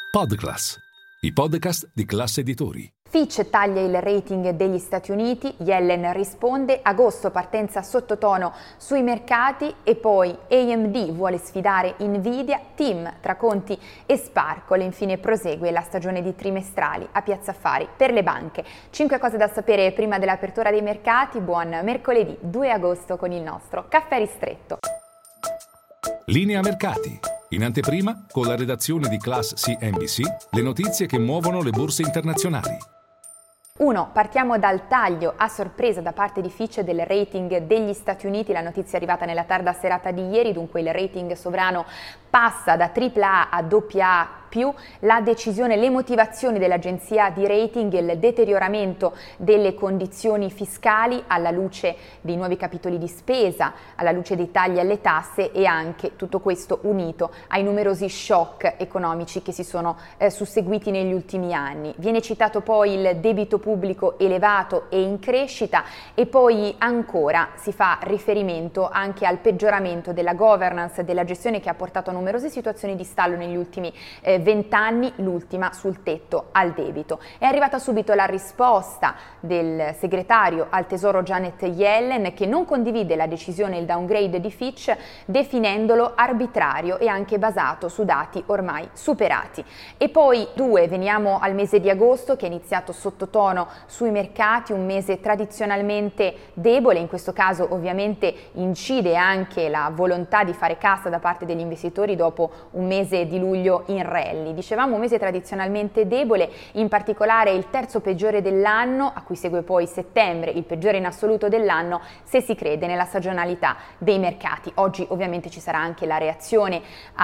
Podclass, i podcast di Class Editori. Fitch taglia il rating degli Stati Uniti, Yellen risponde, agosto partenza sottotono sui mercati e poi AMD vuole sfidare Nvidia, Tim tra conti e Sparkle, infine prosegue la stagione di trimestrali a Piazza Affari per le banche. 5 cose da sapere prima dell'apertura dei mercati, buon mercoledì 2 agosto con il nostro caffè ristretto. Linea mercati. In anteprima, con la redazione di Class CNBC, le notizie che muovono le borse internazionali. 1. Partiamo dal taglio a sorpresa da parte di Fitch del rating degli Stati Uniti. La notizia è arrivata nella tarda serata di ieri, dunque il rating sovrano passa da AAA a AA+. La decisione, le motivazioni dell'agenzia di rating, il deterioramento delle condizioni fiscali alla luce dei nuovi capitoli di spesa, alla luce dei tagli alle tasse e anche tutto questo unito ai numerosi shock economici che si sono susseguiti negli ultimi anni. Viene citato poi il debito pubblico elevato e in crescita e poi ancora si fa riferimento anche al peggioramento della governance della gestione che ha portato a numerose situazioni di stallo negli ultimi 20 anni, l'ultima sul tetto al debito. È arrivata subito la risposta del segretario al Tesoro Janet Yellen, che non condivide la decisione e il downgrade di Fitch, definendolo arbitrario e anche basato su dati ormai superati. E poi 2, veniamo al mese di agosto che è iniziato sottotono sui mercati, un mese tradizionalmente debole, in questo caso ovviamente incide anche la volontà di fare cassa da parte degli investitori dopo un mese di luglio in rally. Dicevamo un mese tradizionalmente debole, in particolare il terzo peggiore dell'anno, a cui segue poi settembre, il peggiore in assoluto dell'anno, se si crede nella stagionalità dei mercati. Oggi ovviamente ci sarà anche la reazione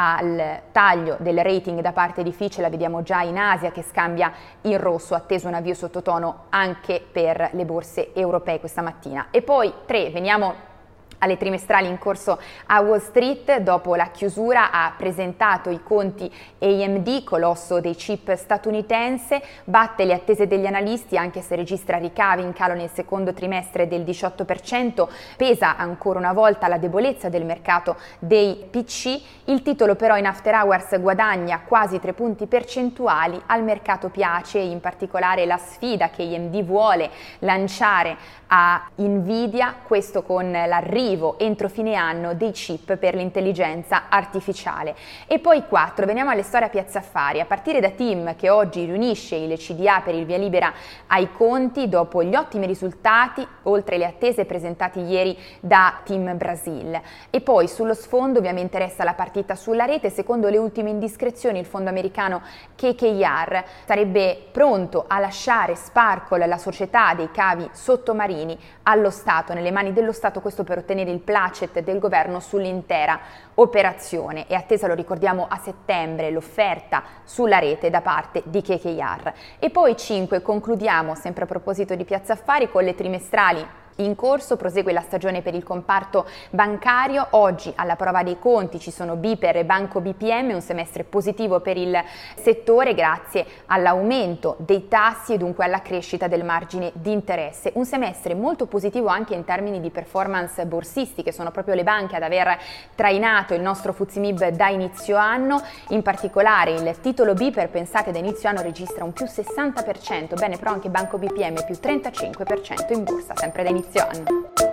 al taglio del rating da parte di Fitch, la vediamo già in Asia che scambia in rosso, atteso un avvio sottotono anche per le borse europee questa mattina. E poi 3, veniamo alle trimestrali in corso a Wall Street. Dopo la chiusura ha presentato i conti AMD, colosso dei chip statunitense, batte le attese degli analisti anche se registra ricavi in calo nel secondo trimestre del 18%, pesa ancora una volta la debolezza del mercato dei PC, il titolo però in after hours guadagna quasi 3 punti percentuali, al mercato piace in particolare la sfida che AMD vuole lanciare a Nvidia, questo con l'arrivo entro fine anno dei chip per l'intelligenza artificiale. E poi 4, veniamo alle storie a Piazza Affari, a partire da Tim che oggi riunisce il CDA per il via libera ai conti dopo gli ottimi risultati, oltre le attese presentati ieri da Tim Brasil. E poi sullo sfondo ovviamente resta la partita sulla rete. Secondo le ultime indiscrezioni il fondo americano KKR sarebbe pronto a lasciare Sparkle, la società dei cavi sottomarini, allo Stato, nelle mani dello Stato, questo per ottenere il placet del governo sull'intera operazione. È attesa, lo ricordiamo, a settembre l'offerta sulla rete da parte di KKR. E poi 5, concludiamo sempre a proposito di Piazza Affari con le trimestrali in corso, prosegue la stagione per il comparto bancario. Oggi alla prova dei conti ci sono BPER e Banco BPM, un semestre positivo per il settore grazie all'aumento dei tassi e dunque alla crescita del margine di interesse. Un semestre molto positivo anche in termini di performance borsistiche, sono proprio le banche ad aver trainato il nostro FTSE MIB da inizio anno, in particolare il titolo BPER, pensate, da inizio anno registra un più 60%, bene, però anche Banco BPM più 35% in borsa, sempre da inizio anno.